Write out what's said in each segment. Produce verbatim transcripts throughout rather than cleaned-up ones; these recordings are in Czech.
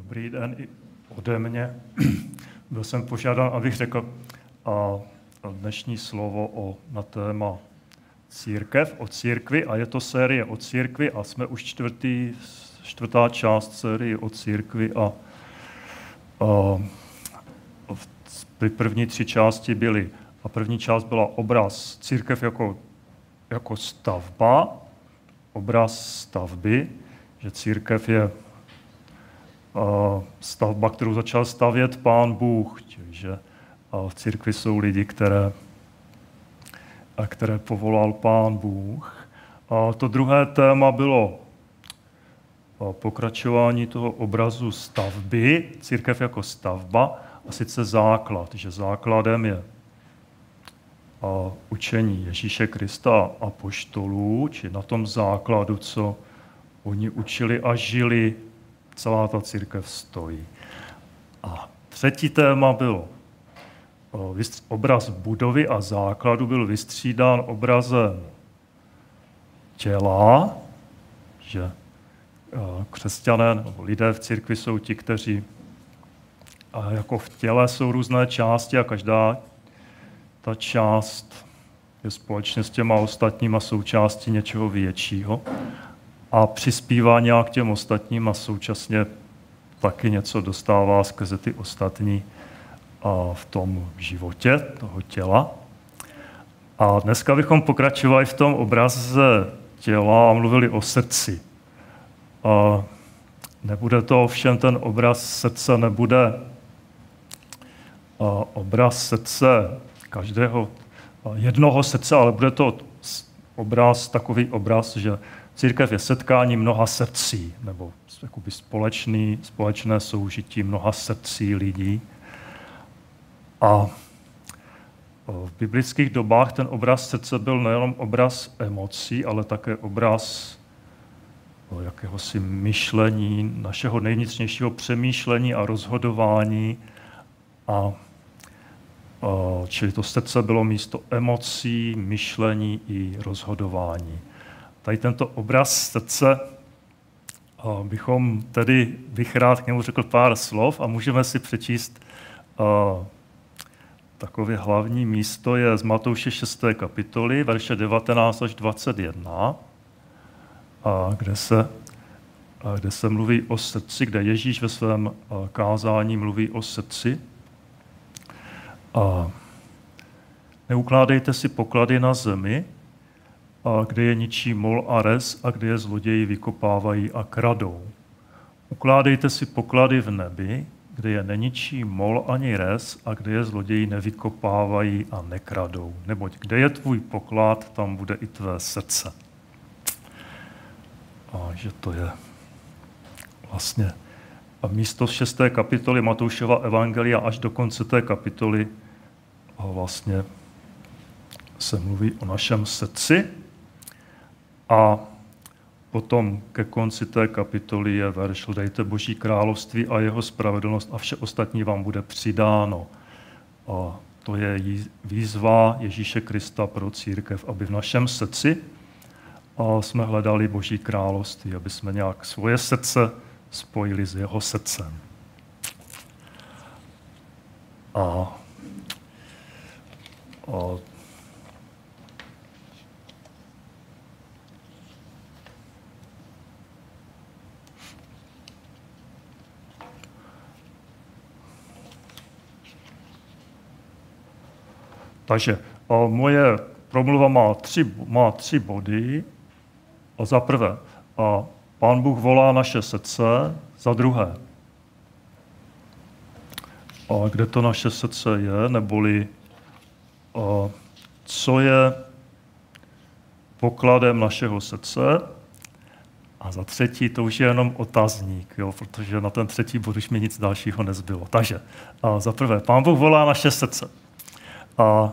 Dobrý den i ode mě. Byl jsem požádán, abych řekl a dnešní slovo o, na téma církev, o církvi, a je to série o církvi a jsme už čtvrtý, čtvrtá část série o církvi a, a první tři části byly, a první část byla obraz církev jako, jako stavba, obraz stavby, že církev je stavba, kterou začal stavět Pán Bůh, že v církvi jsou lidi, které, které povolal Pán Bůh. A to druhé téma bylo pokračování toho obrazu stavby, církev jako stavba, a sice základ, že základem je učení Ježíše Krista a apoštolů, či na tom základu, co oni učili a žili, celá ta církev stojí. A třetí téma bylo obraz budovy a základu byl vystřídán obrazem těla, že křesťané nebo lidé v církvi jsou ti, kteří jako v těle jsou různé části a každá ta část je společně s těma ostatníma součástí něčeho většího a přispívá nějak těm ostatním a současně taky něco dostává skrze ty ostatní v tom životě toho těla. A dneska bychom pokračovali v tom obraze těla a mluvili o srdci. A nebude to ovšem ten obraz srdce, nebude obraz srdce každého jednoho srdce, ale bude to obraz, takový obraz, že církev je setkání mnoha srdcí, nebo jakoby společný, společné soužití mnoha srdcí lidí. A v biblických dobách ten obraz srdce byl nejenom obraz emocí, ale také obraz jakéhosi myšlení, našeho nejvnitřnějšího přemýšlení a rozhodování. A, čili to srdce bylo místo emocí, myšlení i rozhodování. Tady tento obraz srdce bychom tedy, bych rád k němu řekl pár slov a můžeme si přečíst uh, takové hlavní místo je z Matouše šesté kapitoly, verše devatenáct až dvacet jedna, a kde, se, a kde se mluví o srdci, kde Ježíš ve svém kázání mluví o srdci. A neukládejte si poklady na zemi, a kde je ničí mol a res a kde je zloději vykopávají a kradou. Ukládejte si poklady v nebi, kde je neničí mol ani res a kde je zloději nevykopávají a nekradou. Neboť kde je tvůj poklad, tam bude i tvé srdce. A že to je vlastně a místo z šesté kapitoly Matoušova evangelia až do konce té kapitoly a vlastně se mluví o našem srdci. A potom ke konci té kapitoly je verš: Hledejte Boží království a jeho spravedlnost a vše ostatní vám bude přidáno. A to je výzva Ježíše Krista pro církev, aby v našem srdci jsme hledali Boží království, aby jsme nějak svoje srdce spojili s jeho srdcem. A, a Takže a moje promluva má tři, má tři body. A za prvé, a Pán Bůh volá naše srdce. Za druhé, a kde to naše srdce je, neboli a co je pokladem našeho srdce. A za třetí, to už je jenom otazník, jo, protože na ten třetí bod už mi nic dalšího nezbylo. Takže a za prvé, Pán Bůh volá naše srdce. A, a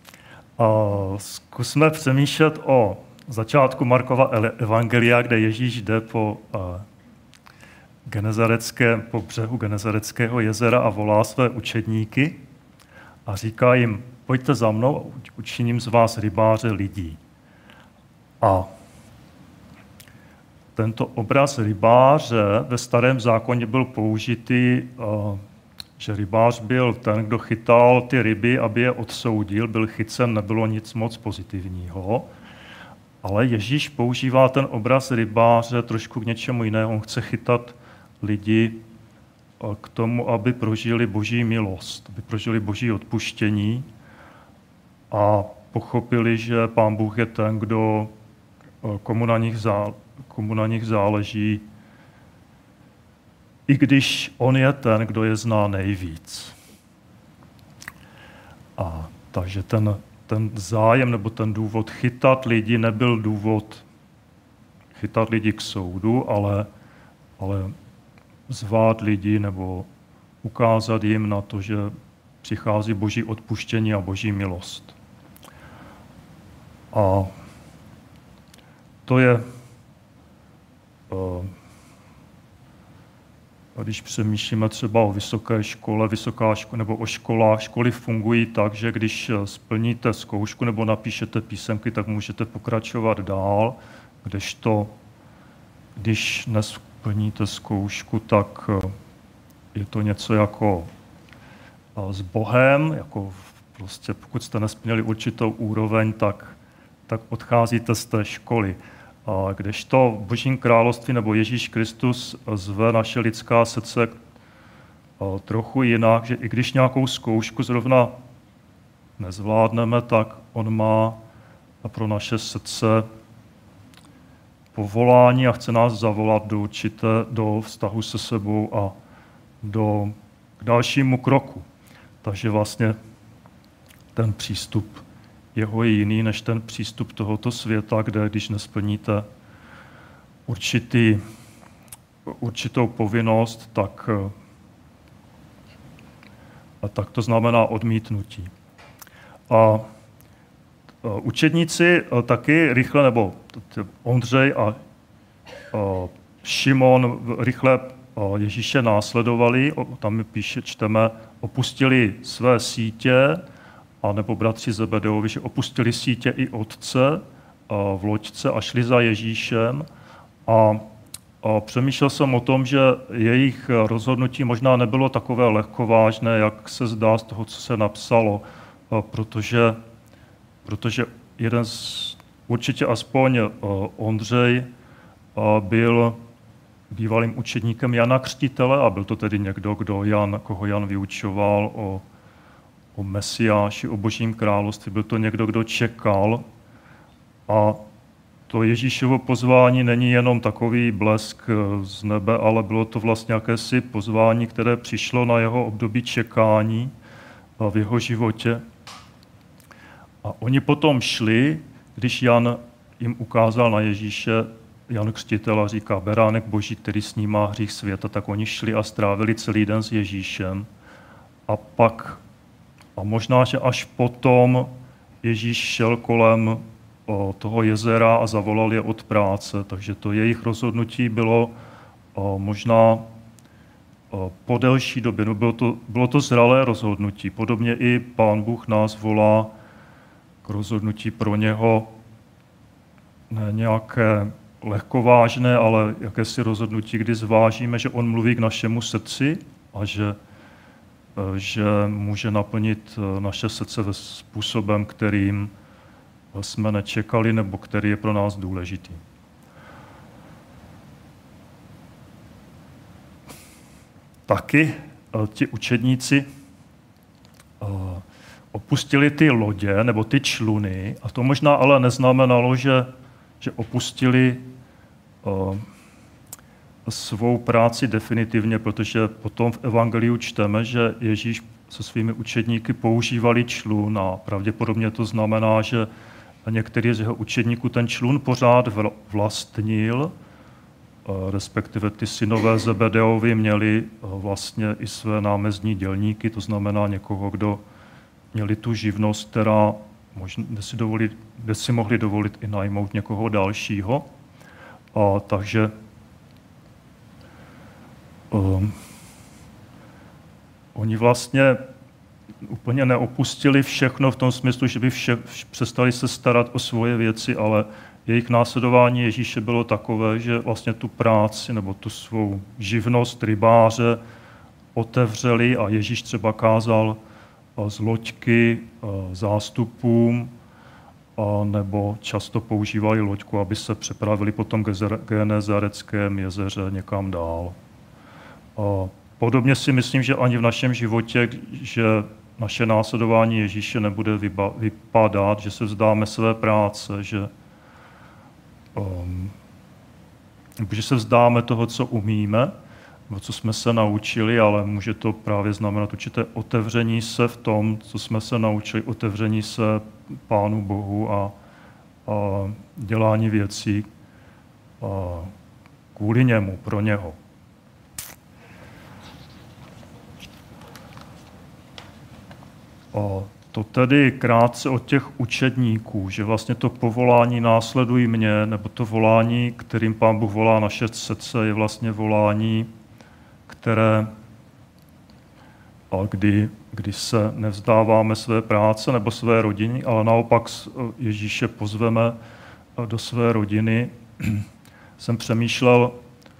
zkusme přemýšlet o začátku Markova evangelia, kde Ježíš jde po, genezarecké, po břehu Genezareckého jezera a volá své učedníky a říká jim: pojďte za mnou a učiním z vás rybáře lidí. A tento obraz rybáře ve Starém zákoně byl použitý, že rybář byl ten, kdo chytal ty ryby, aby je odsoudil, byl chycen, nebylo nic moc pozitivního. Ale Ježíš používá ten obraz rybáře trošku k něčemu jinému. On chce chytat lidi k tomu, aby prožili Boží milost, aby prožili Boží odpuštění a pochopili, že Pán Bůh je ten, kdo, komu na nich, zá, komu na nich záleží, i když on je ten, kdo je zná nejvíc. A takže ten, ten zájem nebo ten důvod chytat lidi nebyl důvod chytat lidi k soudu, ale, ale zvát lidi nebo ukázat jim na to, že přichází Boží odpuštění a Boží milost. A to je, když přemýšlíme třeba o vysoké škole, vysoká škola, nebo o školách, školy fungují tak, že když splníte zkoušku nebo napíšete písemky, tak můžete pokračovat dál, kdežto když nesplníte zkoušku, tak je to něco jako s Bohem, jako prostě pokud jste nesplnili určitou úroveň, tak, tak odcházíte z té školy. A kdežto v Božím království nebo Ježíš Kristus zve naše lidská srdce trochu jinak, že i když nějakou zkoušku zrovna nezvládneme, tak on má pro naše srdce povolání a chce nás zavolat do určité, do vztahu se sebou a do k dalšímu kroku. Takže vlastně ten přístup jeho je jiný než ten přístup tohoto světa, kde když nesplníte určitý, určitou povinnost, tak, a tak to znamená odmítnutí. A učedníci taky rychle, nebo Ondřej a Šimon rychle Ježíše následovali, tam mi píše, čteme, opustili své sítě, a nebo bratři Zebedeovi, že opustili sítě i otce v loďce a šli za Ježíšem. A, a přemýšlel jsem o tom, že jejich rozhodnutí možná nebylo takové lehkovážné, jak se zdá z toho, co se napsalo, protože, protože jeden z, určitě aspoň Ondřej byl bývalým učedníkem Jana Křtitele a byl to tedy někdo, kdo Jan, koho Jan vyučoval o o Mesiáši, o Božím království. Byl to někdo, kdo čekal. A to Ježíšovo pozvání není jenom takový blesk z nebe, ale bylo to vlastně jakési pozvání, které přišlo na jeho období čekání v jeho životě. A oni potom šli, když Jan jim ukázal na Ježíše, Jan Křtitel a říká, beránek Boží, který snímá hřích světa, tak oni šli a strávili celý den s Ježíšem. A pak A možná, že až potom Ježíš šel kolem o, toho jezera a zavolal je od práce, takže to jejich rozhodnutí bylo o, možná o, po delší době. No bylo, to, bylo to zralé rozhodnutí. Podobně i Pán Bůh nás volá k rozhodnutí pro něho ne nějaké lehkovážné, ale jakési rozhodnutí, kdy zvážíme, že on mluví k našemu srdci a že že může naplnit naše srdce ve způsobem, kterým jsme nečekali nebo který je pro nás důležitý. Taky ti učedníci opustili ty lodě nebo ty čluny a to možná ale neznamenalo, že, že opustili svou práci definitivně, protože potom v evangeliu čteme, že Ježíš se svými učedníky používali člun a pravděpodobně to znamená, že některý z jeho učedníků ten člun pořád vlastnil, respektive ty synové Zebedeovi měli vlastně i své námezní dělníky, to znamená někoho, kdo měli tu živnost, která možná, kde si, dovolit, kde si mohli dovolit i najmout někoho dalšího. A, takže Um, oni vlastně úplně neopustili všechno v tom smyslu, že by vše, přestali se starat o svoje věci, ale jejich následování Ježíše bylo takové, že vlastně tu práci nebo tu svou živnost rybáře otevřeli a Ježíš třeba kázal z loďky zástupům, nebo často používali loďku, aby se přepravili potom k Genezareckém jezeře někam dál. Podobně si myslím, že ani v našem životě, že naše následování Ježíše nebude vypadat, že se vzdáme své práce, že, um, že se vzdáme toho, co umíme, nebo co jsme se naučili, ale může to právě znamenat určité otevření se v tom, co jsme se naučili, otevření se Pánu Bohu a, a dělání věcí a kvůli němu, pro něho. A to tedy krátce od těch učedníků, že vlastně to povolání následuj mě, nebo to volání, kterým Pán Bůh volá naše srdce, je vlastně volání, které, kdy, kdy se nevzdáváme své práce nebo své rodiny, ale naopak Ježíše pozveme do své rodiny. Jsem přemýšlel,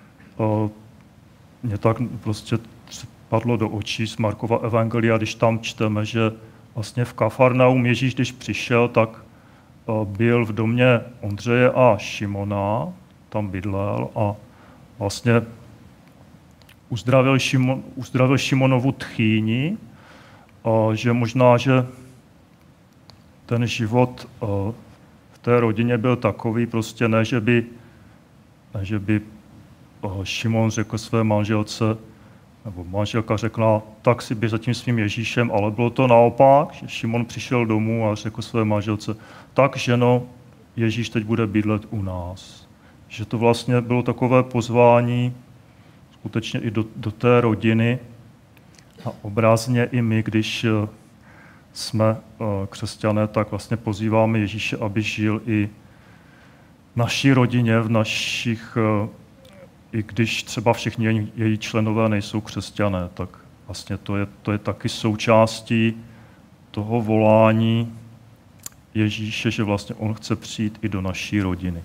mě tak prostě padlo do očí z Markova evangelia, když tam čteme, že vlastně v Kafarnaum Ježíš, když přišel, tak byl v domě Ondřeje a Šimona, tam bydlel a vlastně uzdravil, Šimon, uzdravil Šimonovu tchýni, že možná, že ten život v té rodině byl takový, prostě ne, že by, ne, že by Šimon řekl své manželce, nebo manželka řekla, tak si běž za tím svým Ježíšem, ale bylo to naopak, že Šimon přišel domů a řekl své manželce, tak ženo, Ježíš teď bude bydlet u nás. Že to vlastně bylo takové pozvání skutečně i do, do té rodiny a obrazně i my, když jsme křesťané, tak vlastně pozýváme Ježíše, aby žil i v naší rodině, v našich, i když třeba všichni její členové nejsou křesťané, tak vlastně to je, to je taky součástí toho volání Ježíše, že vlastně on chce přijít i do naší rodiny.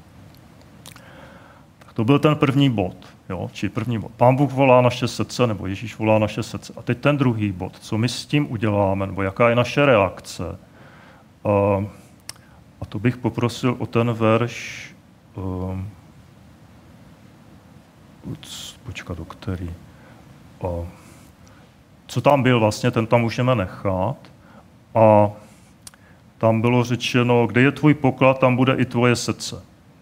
Tak to byl ten první bod. Jo, či první bod. Pán Bůh volá naše srdce, nebo Ježíš volá naše srdce. A teď ten druhý bod. Co my s tím uděláme, nebo jaká je naše reakce. Uh, a to bych poprosil o ten verš, uh, počkat, o který. Uh, co tam byl vlastně, ten tam můžeme nechat. A tam bylo řečeno, kde je tvůj poklad, tam bude i tvoje srdce.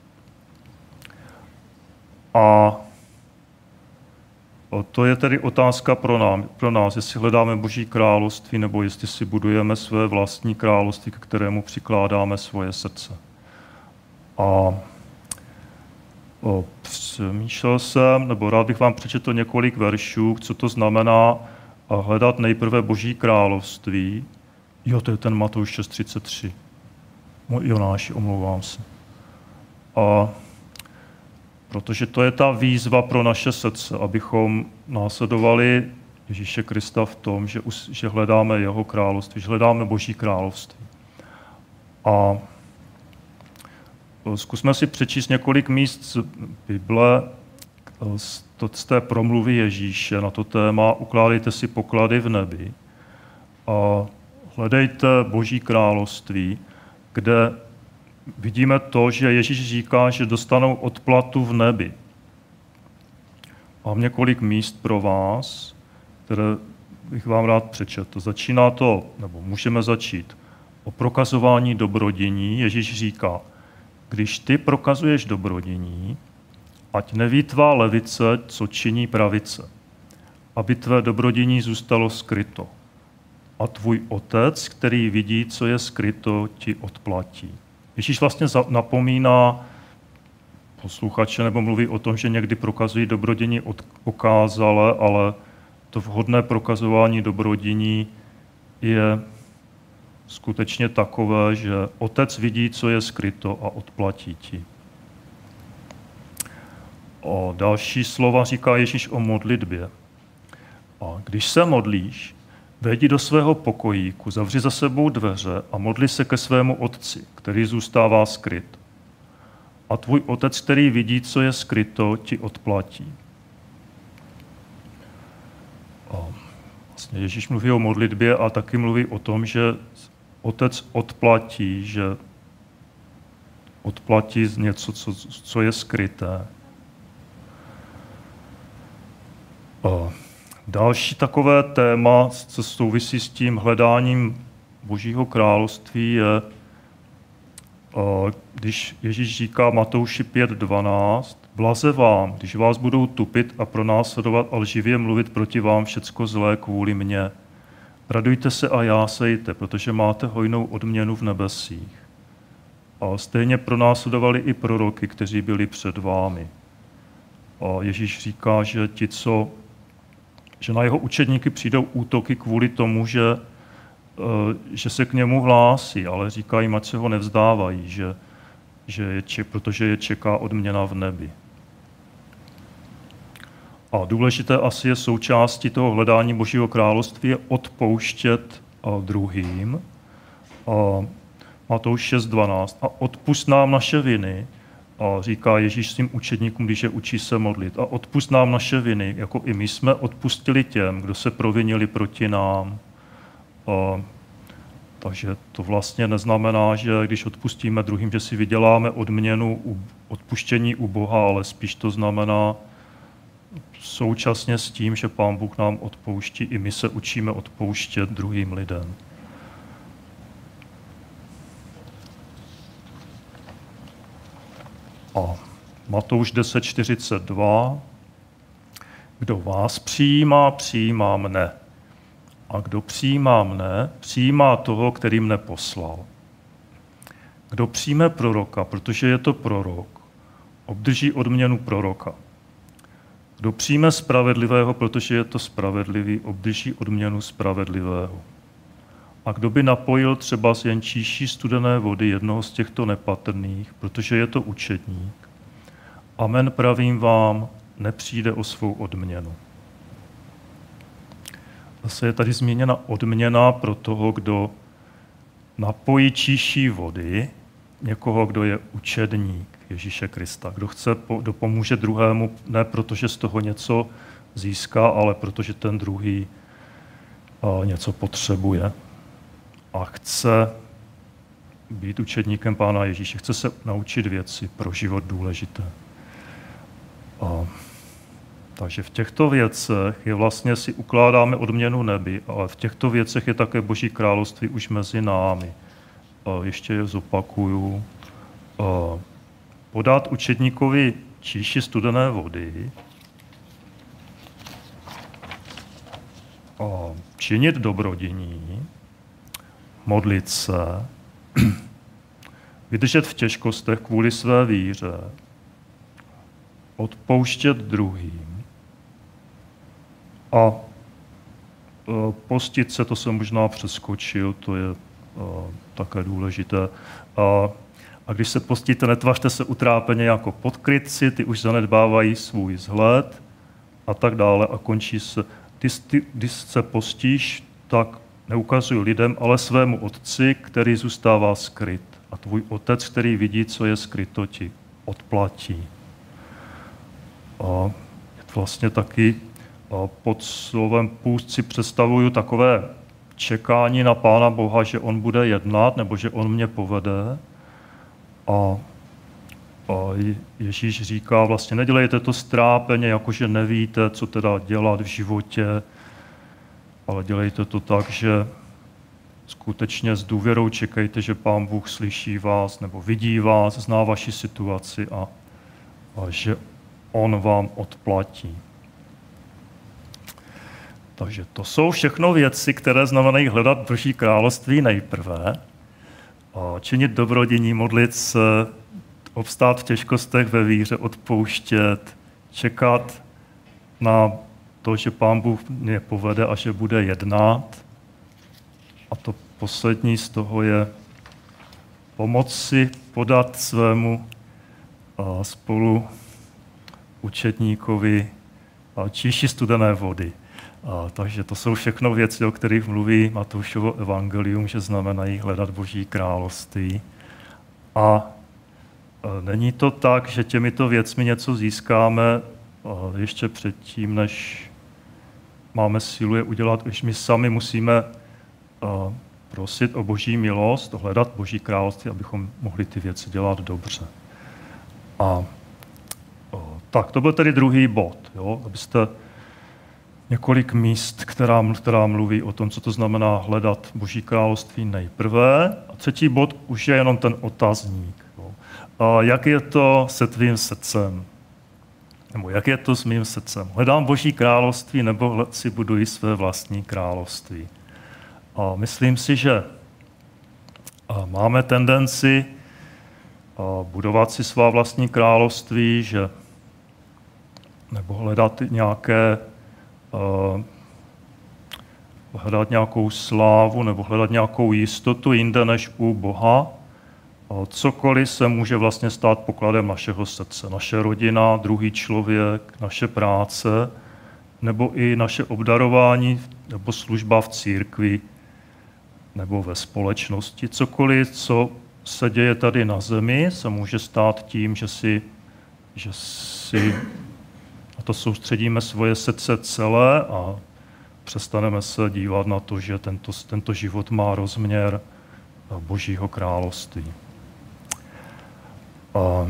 A to je tedy otázka pro nás, pro nás, jestli hledáme Boží království, nebo jestli si budujeme své vlastní království, k kterému přikládáme svoje srdce. A o, přemýšlel jsem, nebo rád bych vám přečetl několik veršů, co to znamená hledat nejprve Boží království. Jo, to je ten Matouš šest třicet tři. Jonáši, omlouvám se. A protože to je ta výzva pro naše srdce, abychom následovali Ježíše Krista v tom, že, že hledáme jeho království, že hledáme Boží království. A zkusme si přečíst několik míst z Bible, z té promluvy Ježíše na to téma ukládejte si poklady v nebi a hledejte Boží království, kde vidíme to, že Ježíš říká, že dostanou odplatu v nebi. Mám několik míst pro vás, které bych vám rád přečetl. Začíná to, nebo můžeme začít, o prokazování dobrodiní. Ježíš říká, když ty prokazuješ dobrodiní, ať neví tvá levice, co činí pravice, aby tvé dobrodiní zůstalo skryto. A tvůj otec, který vidí, co je skryto, ti odplatí. Ježíš vlastně napomíná posluchače nebo mluví o tom, že někdy prokazují dobrodiní okázale, ale to vhodné prokazování dobrodiní je skutečně takové, že otec vidí, co je skryto a odplatí ti. O další slova říká Ježíš o modlitbě. A když se modlíš, vejdi do svého pokojíku, zavři za sebou dveře a modli se ke svému otci, který zůstává skryt. a tvůj otec, který vidí, co je skryto, ti odplatí. A vlastně Ježíš mluví o modlitbě a taky mluví o tom, že otec odplatí, že odplatí něco, co, co je skryté. A další takové téma, co souvisí s tím hledáním Božího království, je, když Ježíš říká Matouši pět dvanáct, blaze vám, když vás budou tupit a pronásledovat a lživě mluvit proti vám všecko zlé kvůli mně. Radujte se a jásejte, protože máte hojnou odměnu v nebesích. A stejně pronásledovali i proroky, kteří byli před vámi. A Ježíš říká, že ti, co, že na jeho učedníky přijdou útoky kvůli tomu, že, že se k němu hlásí, ale říká jim, ať se ho nevzdávají, že, že je, protože je čeká odměna v nebi. A důležité asi je součástí toho hledání Božího království je odpouštět druhým. A Matouš šest dvanáct. A odpusť nám naše viny, a říká Ježíš svým učedníkům, když je učí se modlit. A odpusť nám naše viny, jako i my jsme odpustili těm, kdo se provinili proti nám. A, takže to vlastně neznamená, že když odpustíme druhým, že si vyděláme odměnu u odpuštění u Boha, ale spíš to znamená současně s tím, že Pán Bůh nám odpouští, i my se učíme odpouštět druhým lidem. A Matouš deset čtyřicet dva. Kdo vás přijímá, přijímá mne. A kdo přijímá mne, přijímá toho, který mne poslal. Kdo přijme proroka, protože je to prorok, obdrží odměnu proroka. Kdo přijme spravedlivého, protože je to spravedlivý, obdrží odměnu spravedlivého. A kdo by napojil třeba z jen číší studené vody jednoho z těchto nepatrných, protože je to učedník, amen pravím vám, nepřijde o svou odměnu. Zase je tady zmíněna odměna pro toho, kdo napojí číší vody, někoho, kdo je učedník Ježíše Krista. Kdo chce, kdo pomůže druhému, ne protože z toho něco získá, ale protože ten druhý něco potřebuje. A chce být učedníkem Pána Ježíše, chce se naučit věci pro život důležité. A, takže v těchto věcech je vlastně si ukládáme odměnu nebi, ale v těchto věcech je také Boží království už mezi námi. A ještě je zopakuju. A podat učedníkovi číši studené vody, a činit dobrodiní, modlit se, vydržet v těžkostech kvůli své víře, odpouštět druhým a postit se, to jsem možná přeskočil, to je také důležité. A, a když se postíte, netvařte se utrápeně jako podkrytci, ty už zanedbávají svůj vzhled a tak dále a končí se. Ty, ty, když se postíš, tak neukazuj lidem, ale svému otci, který zůstává skryt. A tvůj otec, který vidí, co je skryto, ti odplatí. A vlastně taky pod slovem půst si představuju takové čekání na Pána Boha, že on bude jednat, nebo že on mě povede. A, a Ježíš říká, vlastně nedělejte to strápeně, jakože nevíte, co teda dělat v životě, ale dělejte to tak, že skutečně s důvěrou čekejte, že Pán Bůh slyší vás nebo vidí vás, zná vaši situaci a, a že on vám odplatí. Takže to jsou všechno věci, které znamenají hledat Boží království nejprve, a činit dobrodiní, modlit se, obstát v těžkostech ve víře, odpouštět, čekat na to, že Pán Bůh mě povede a že bude jednat. A to poslední z toho je pomoci podat svému spolu učedníkovi číši studené vody. A, takže to jsou všechno věci, o kterých mluví Matoušovo evangelium, že znamenají hledat Boží království. A, a není to tak, že těmito věcmi něco získáme ještě předtím, než máme sílu je udělat, když my sami musíme prosit o Boží milost, hledat Boží království, abychom mohli ty věci dělat dobře. A tak, to byl tedy druhý bod, jo? Abyste několik míst, která, která mluví o tom, co to znamená hledat Boží království nejprve. A třetí bod už je jenom ten otazník. Jo? A jak je to se tvým srdcem? Nebo jak je to s mým srdcem? Hledám Boží království nebo si buduji své vlastní království? A myslím si, že máme tendenci budovat si svá vlastní království, že nebo hledat nějaké hledat nějakou slávu nebo hledat nějakou jistotu jinde než u Boha. Cokoliv se může vlastně stát pokladem našeho srdce. Naše rodina, druhý člověk, naše práce, nebo i naše obdarování nebo služba v církvi nebo ve společnosti. Cokoliv, co se děje tady na zemi, se může stát tím, že si, že si na to soustředíme svoje srdce celé a přestaneme se dívat na to, že tento, tento život má rozměr Božího království. A, a,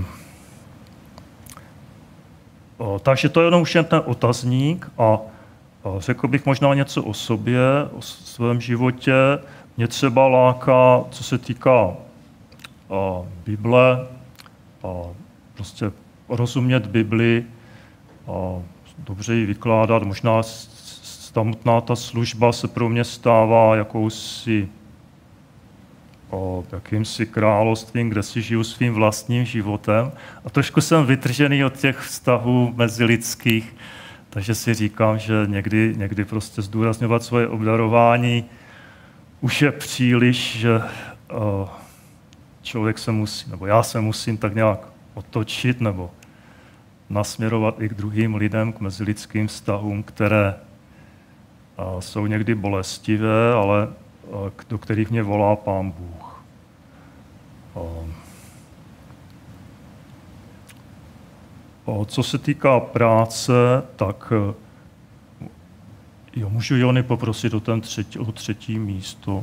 takže to je jenom už jen ten otazník a, a řekl bych možná něco o sobě, o svém životě. Mě třeba láká, co se týká a, Bible, a prostě rozumět Bibli, a dobře ji vykládat. Možná samotná ta služba se pro mě stává jakousi o jakýmsi královstvím, kde si žiju svým vlastním životem. A trošku jsem vytržený od těch vztahů mezilidských, takže si říkám, že někdy, někdy prostě zdůrazňovat svoje obdarování už je příliš, že o, člověk se musí, nebo já se musím tak nějak otočit, nebo nasměrovat i k druhým lidem, k mezilidským vztahům, které a, jsou někdy bolestivé, ale a, do kterých mě volá Pán Bůh. A, a, co se týká práce, tak jo, můžu Jony poprosit o, ten třetí, o třetí místo.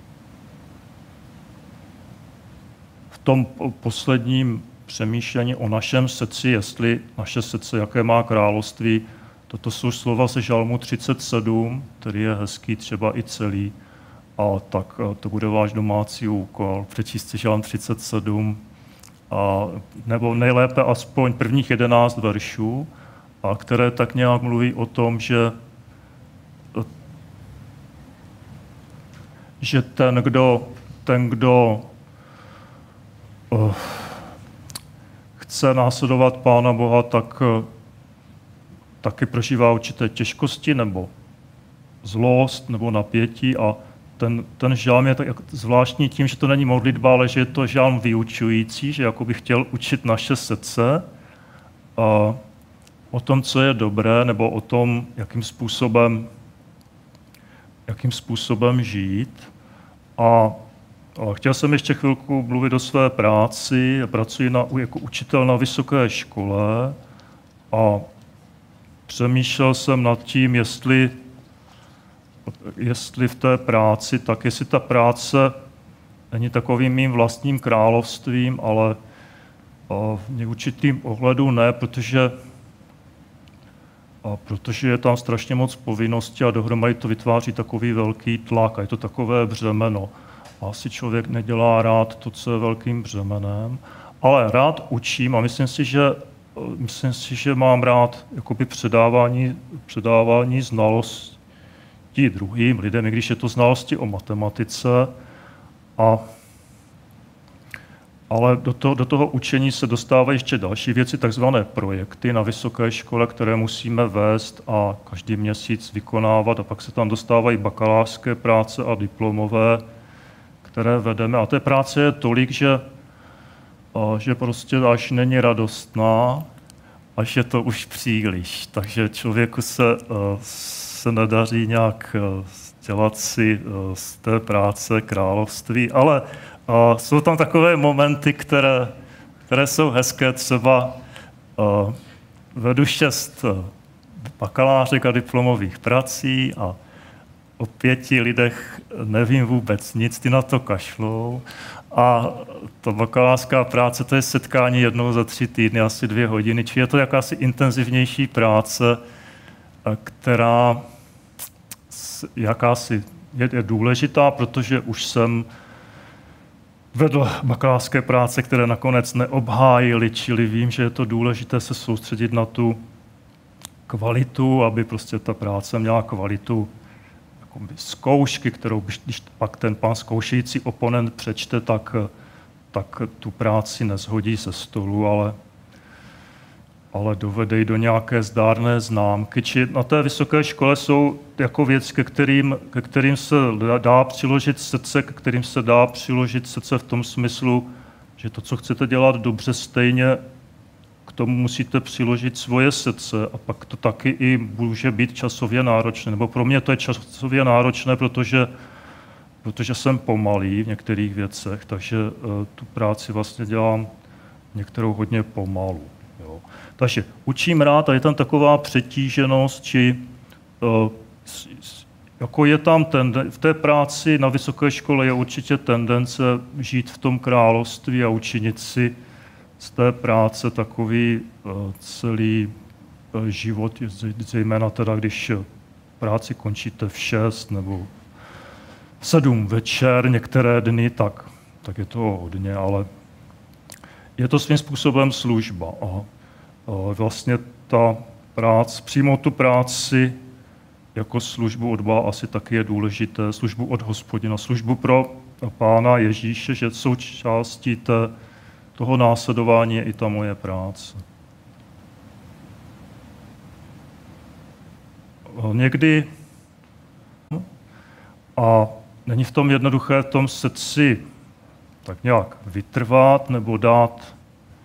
V tom posledním přemýšlení o našem srdci, jestli naše srdce, jaké má království. Toto jsou slova ze Žalmu třicet sedm, který je hezký třeba i celý. A tak to bude váš domácí úkol, přečíst si Žalm třicet sedm, a, nebo nejlépe aspoň prvních jedenáct veršů, a které tak nějak mluví o tom, že, že ten, kdo, ten, kdo uh, chce následovat Pána Boha, tak taky prožívá určité těžkosti nebo zlost nebo napětí a ten, ten žálm je tak zvláštní tím, že to není modlitba, ale že je to žálm vyučující, že jako by chtěl učit naše srdce a o tom, co je dobré, nebo o tom, jakým způsobem, jakým způsobem žít. A A chtěl jsem ještě chvilku mluvit o své práci. Já pracuji na, jako učitel na vysoké škole a přemýšlel jsem nad tím, jestli, jestli v té práci, tak jestli ta práce není takovým mým vlastním královstvím, ale v určitým ohledu ne, protože, a protože je tam strašně moc povinností a dohromady to vytváří takový velký tlak a je to takové břemeno. Asi člověk nedělá rád to, co je velkým břemenem, ale rád učím a myslím si, že, myslím si, že mám rád jakoby předávání, předávání znalostí druhým lidem, i když je to znalosti o matematice. A, ale do toho, do toho učení se dostávají ještě další věci, takzvané projekty na vysoké škole, které musíme vést a každý měsíc vykonávat a pak se tam dostávají bakalářské práce a diplomové, které vedeme. A té práce je tolik, že, že prostě až není radostná, až je to už příliš. Takže člověku se, se nedaří nějak dělat si z té práce království, ale jsou tam takové momenty, které, které jsou hezké. Třeba uh, vedu šest bakalářek a diplomových prací a o pěti lidech nevím vůbec nic, ty na to kašlou. A ta bakalářská práce, to je setkání jednou za tři týdny, asi dvě hodiny, či je to jakási intenzivnější práce, která jakási je, je důležitá, protože už jsem vedl bakalářské práce, které nakonec neobhájily, čili vím, že je to důležité se soustředit na tu kvalitu, aby prostě ta práce měla kvalitu zkoušky, kterou když pak ten pán zkoušející oponent přečte, tak, tak tu práci nezhodí ze stolu, ale, ale dovede ji do nějaké zdárné známky. Či na té vysoké škole jsou jako věci, ke kterým, ke kterým se dá přiložit srdce, ke kterým se dá přiložit srdce v tom smyslu, že to, co chcete dělat dobře, stejně k tomu musíte přiložit svoje srdce a pak to taky i může být časově náročné. Nebo pro mě to je časově náročné, protože, protože jsem pomalý v některých věcech, takže uh, tu práci vlastně dělám některou hodně pomalu. Jo. Takže učím rád a je tam taková přetíženost, či uh, jako je tam tenden- v té práci na vysoké škole je určitě tendence žít v tom království a učinit si z té práce takový uh, celý uh, život, zejména teda, když práci končíte v šest nebo v sedm večer, některé dny, tak, tak je to hodně, ale je to svým způsobem služba. A uh, vlastně ta práce, přijmout tu práci jako službu od Boha asi taky je důležité, službu od Hospodina, službu pro Pána Ježíše, že součástí té toho následování je i ta moje práce. Někdy a není v tom jednoduché v tom srdci tak nějak vytrvat nebo dát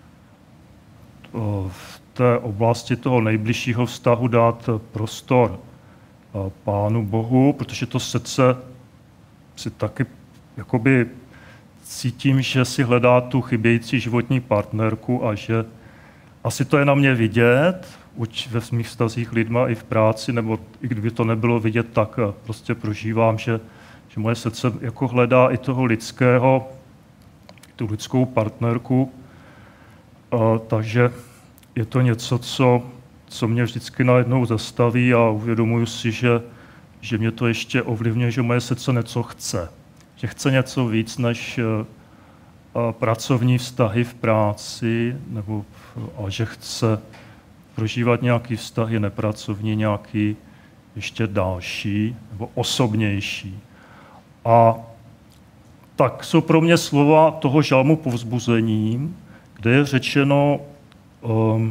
v té oblasti toho nejbližšího vztahu dát prostor Pánu Bohu, protože to srdce si taky jakoby cítím, že si hledá tu chybějící životní partnerku a že asi to je na mě vidět, už ve svých vztazích lidma i v práci, nebo i kdyby to nebylo vidět, tak prostě prožívám, že, že moje srdce jako hledá i toho lidského, tu lidskou partnerku. A, takže je to něco, co, co mě vždycky najednou zastaví a uvědomuji si, že, že mě to ještě ovlivňuje, že moje srdce něco chce. Že chce něco víc než uh, pracovní vztahy v práci, nebo a že chce prožívat nějaký vztahy nepracovní, nějaký ještě další, nebo osobnější. A tak jsou pro mě slova toho žalmu povzbuzením, kde je řečeno, um,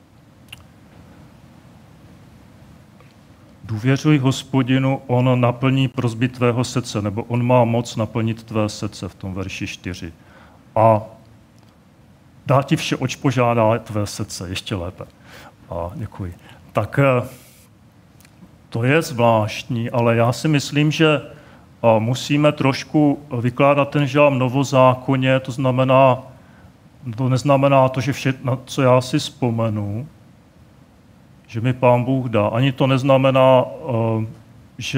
důvěřuj Hospodinu, on naplní prosby tvého srdce, nebo on má moc naplnit tvé srdce v tom verši čtyři. A dá ti vše, oč požádá tvé srdce, ještě lépe. A děkuji. Tak to je zvláštní, ale já si myslím, že musíme trošku vykládat ten žalm novozákonně, to znamená, to neznamená to, že vše, na co já si vzpomenu, že mi Pán Bůh dá. Ani to neznamená, že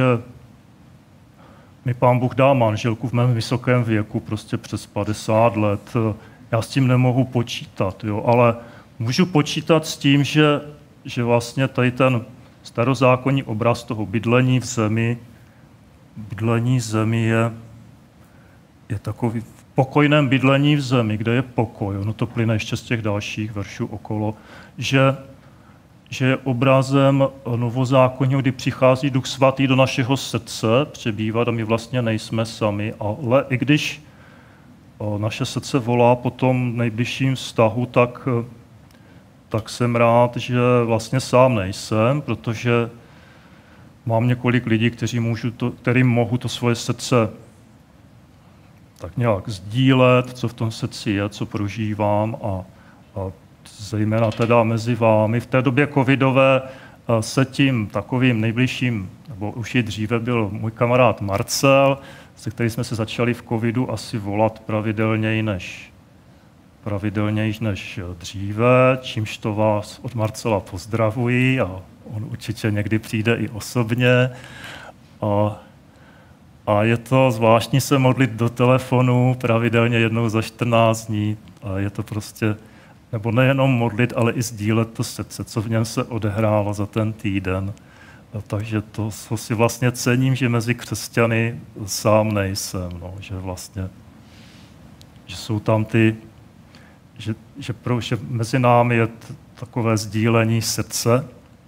mi Pán Bůh dá manželku v mém vysokém věku, prostě přes padesát let. Já s tím nemohu počítat, jo, ale můžu počítat s tím, že, že vlastně tady ten starozákonní obraz toho bydlení v zemi, bydlení v zemi je, je takový v pokojném bydlení v zemi, kde je pokoj, ono to plyne ještě z těch dalších veršů okolo, že že je obrazem novozákonního, kdy přichází Duch Svatý do našeho srdce přebývat a my vlastně nejsme sami. Ale i když naše srdce volá po tom nejbližším vztahu, tak, tak jsem rád, že vlastně sám nejsem, protože mám několik lidí, kteří můžu to, kterým mohu to svoje srdce tak nějak sdílet, co v tom srdci je, co prožívám a, a zejména teda mezi vámi. V té době covidové se tím takovým nejbližším, nebo už i dříve byl můj kamarád Marcel, se kterým jsme se začali v covidu asi volat pravidelněji než, pravidelněji než dříve, čímž to vás od Marcela pozdravuji a on určitě někdy přijde i osobně. A, a je to zvláštní se modlit do telefonu pravidelně jednou za čtrnáct dní. A je to prostě, nebo nejenom modlit, ale i sdílet to srdce, co v něm se odehrálo za ten týden. A takže to, to si vlastně cením, že mezi křesťany sám nejsem, no, že vlastně, že jsou tam ty, že, že, pro, že mezi námi je t, takové sdílení srdce.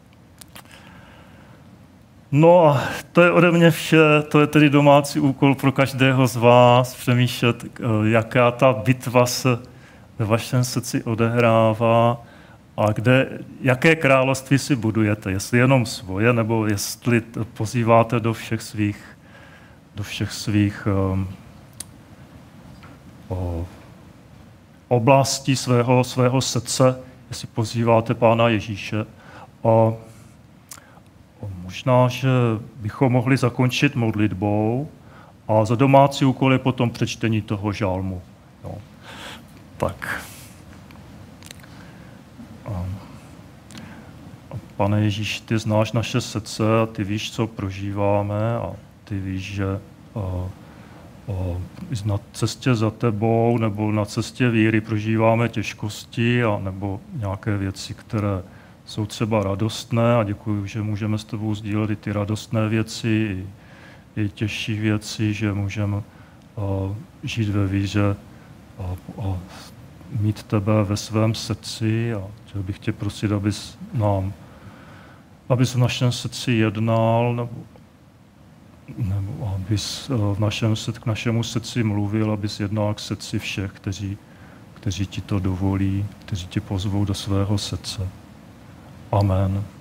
No a to je ode mě vše, to je tedy domácí úkol pro každého z vás, přemýšlet, jaká ta bitva se ve vašem srdci odehrává a kde, jaké království si budujete, jestli jenom svoje, nebo jestli pozýváte do všech svých, do všech svých um, o, oblastí svého, svého srdce, jestli pozýváte Pána Ježíše. A možná, že bychom mohli zakončit modlitbou a za domácí úkol je potom přečtení toho žalmu. No. Tak. A, Pane Ježíš, ty znáš naše srdce a ty víš, co prožíváme a ty víš, že a, a, na cestě za tebou nebo na cestě víry prožíváme těžkosti a nebo nějaké věci, které jsou třeba radostné a děkuji, že můžeme s tebou sdílet i ty radostné věci, i, i těžší věci, že můžeme uh, žít ve víře a, a mít tebe ve svém srdci a chtěl bych tě prosit, abys nám, abys v našem srdci jednal, nebo, nebo abys v našem srdci, k našemu srdci mluvil, abys jednal k srdci všech, kteří, kteří ti to dovolí, kteří ti pozvou do svého srdce. Amen.